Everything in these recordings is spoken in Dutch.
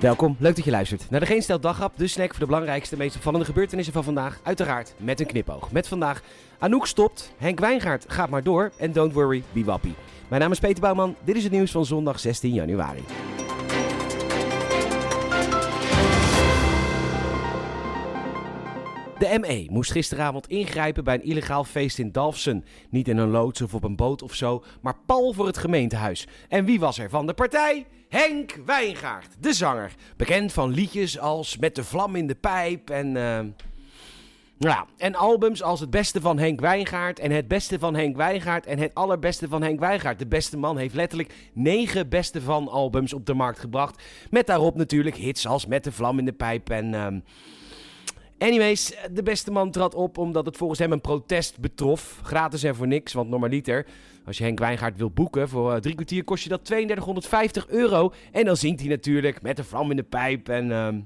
Welkom, leuk dat je luistert naar de Geen Stel Daghap, de snack voor de belangrijkste, meest opvallende gebeurtenissen van vandaag. Uiteraard met een knipoog. Met vandaag Anouk stopt, Henk Wijngaard gaat maar door en don't worry, be wappie. Mijn naam is Peter Bouwman, dit is het nieuws van zondag 16 januari. De ME moest gisteravond ingrijpen bij een illegaal feest in Dalfsen. Niet in een loods of op een boot of zo, maar pal voor het gemeentehuis. En wie was er van de partij? Henk Wijngaard, de zanger. Bekend van liedjes als Met de vlam in de pijp en albums als Het beste van Henk Wijngaard en Het beste van Henk Wijngaard en Het allerbeste van Henk Wijngaard. De beste man heeft letterlijk 9 beste van albums op de markt gebracht. Met daarop natuurlijk hits als Met de vlam in de pijp en... Anyways, de beste man trad op omdat het volgens hem een protest betrof. Gratis en voor niks, want normaliter, als je Henk Wijngaard wil boeken voor 3 kwartier kost je dat €3250. En dan zingt hij natuurlijk Met de vlam in de pijp en...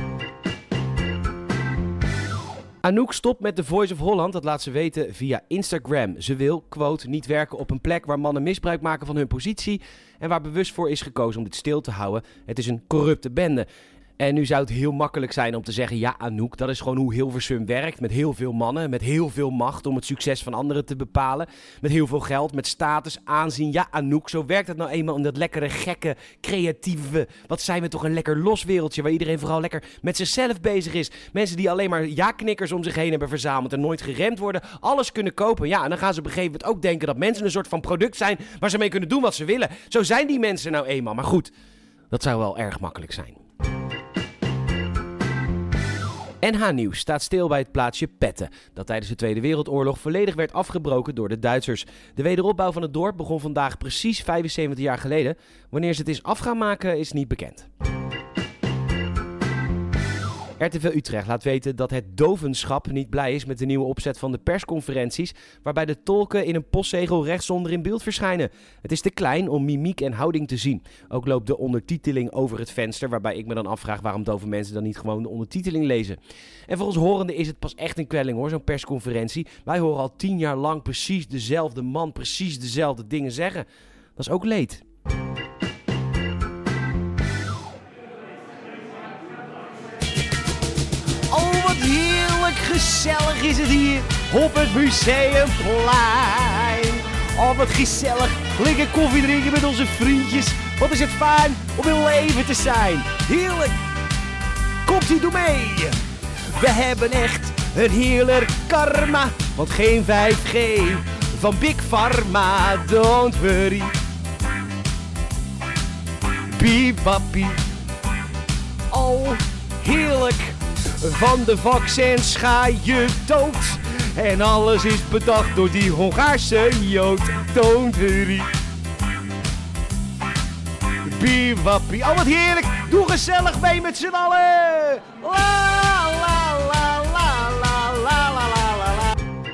Anouk stopt met The Voice of Holland, dat laat ze weten via Instagram. Ze wil, quote, niet werken op een plek waar mannen misbruik maken van hun positie en waar bewust voor is gekozen om dit stil te houden. Het is een corrupte bende. En nu zou het heel makkelijk zijn om te zeggen, ja Anouk, dat is gewoon hoe Hilversum werkt. Met heel veel mannen, met heel veel macht om het succes van anderen te bepalen. Met heel veel geld, met status, aanzien. Ja Anouk, zo werkt het nou eenmaal in dat lekkere, gekke, creatieve... Wat zijn we toch een lekker los wereldje waar iedereen vooral lekker met zichzelf bezig is. Mensen die alleen maar ja-knikkers om zich heen hebben verzameld en nooit geremd worden. Alles kunnen kopen. Ja, en dan gaan ze op een gegeven moment ook denken dat mensen een soort van product zijn waar ze mee kunnen doen wat ze willen. Zo zijn die mensen nou eenmaal. Maar goed, dat zou wel erg makkelijk zijn. NH Nieuws staat stil bij het plaatsje Petten, dat tijdens de Tweede Wereldoorlog volledig werd afgebroken door de Duitsers. De wederopbouw van het dorp begon vandaag precies 75 jaar geleden. Wanneer ze het is af gaan maken is niet bekend. RTV Utrecht laat weten dat het dovenschap niet blij is met de nieuwe opzet van de persconferenties, waarbij de tolken in een postzegel rechtsonder in beeld verschijnen. Het is te klein om mimiek en houding te zien. Ook loopt de ondertiteling over het venster, waarbij ik me dan afvraag waarom dove mensen dan niet gewoon de ondertiteling lezen. En voor ons horenden is het pas echt een kwelling hoor, zo'n persconferentie. Wij horen al 10 jaar lang precies dezelfde man, precies dezelfde dingen zeggen. Dat is ook leed. Heerlijk gezellig is het hier op het Museumplein. Oh, wat gezellig. Lekker koffie drinken met onze vriendjes. Wat is het fijn om in leven te zijn. Heerlijk. Komt-ie, doe mee. We hebben echt een heerlijk karma. Want geen 5G van Big Pharma. Don't worry. Bibappie. Oh, heerlijk. Van de vaccins ga je dood. En alles is bedacht door die Hongaarse Jood. Don't worry. Biwappie. Oh, wat heerlijk. Doe gezellig mee met z'n allen. La la la la la la la la la.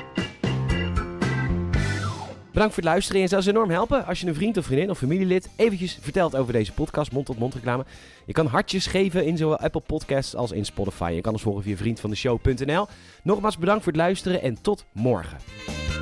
Bedankt voor het luisteren en zou ze enorm helpen als je een vriend of vriendin of familielid eventjes vertelt over deze podcast, mond-tot-mond reclame. Je kan hartjes geven in zowel Apple Podcasts als in Spotify. Je kan ons volgen via vriendvandeshow.nl. Nogmaals bedankt voor het luisteren en tot morgen.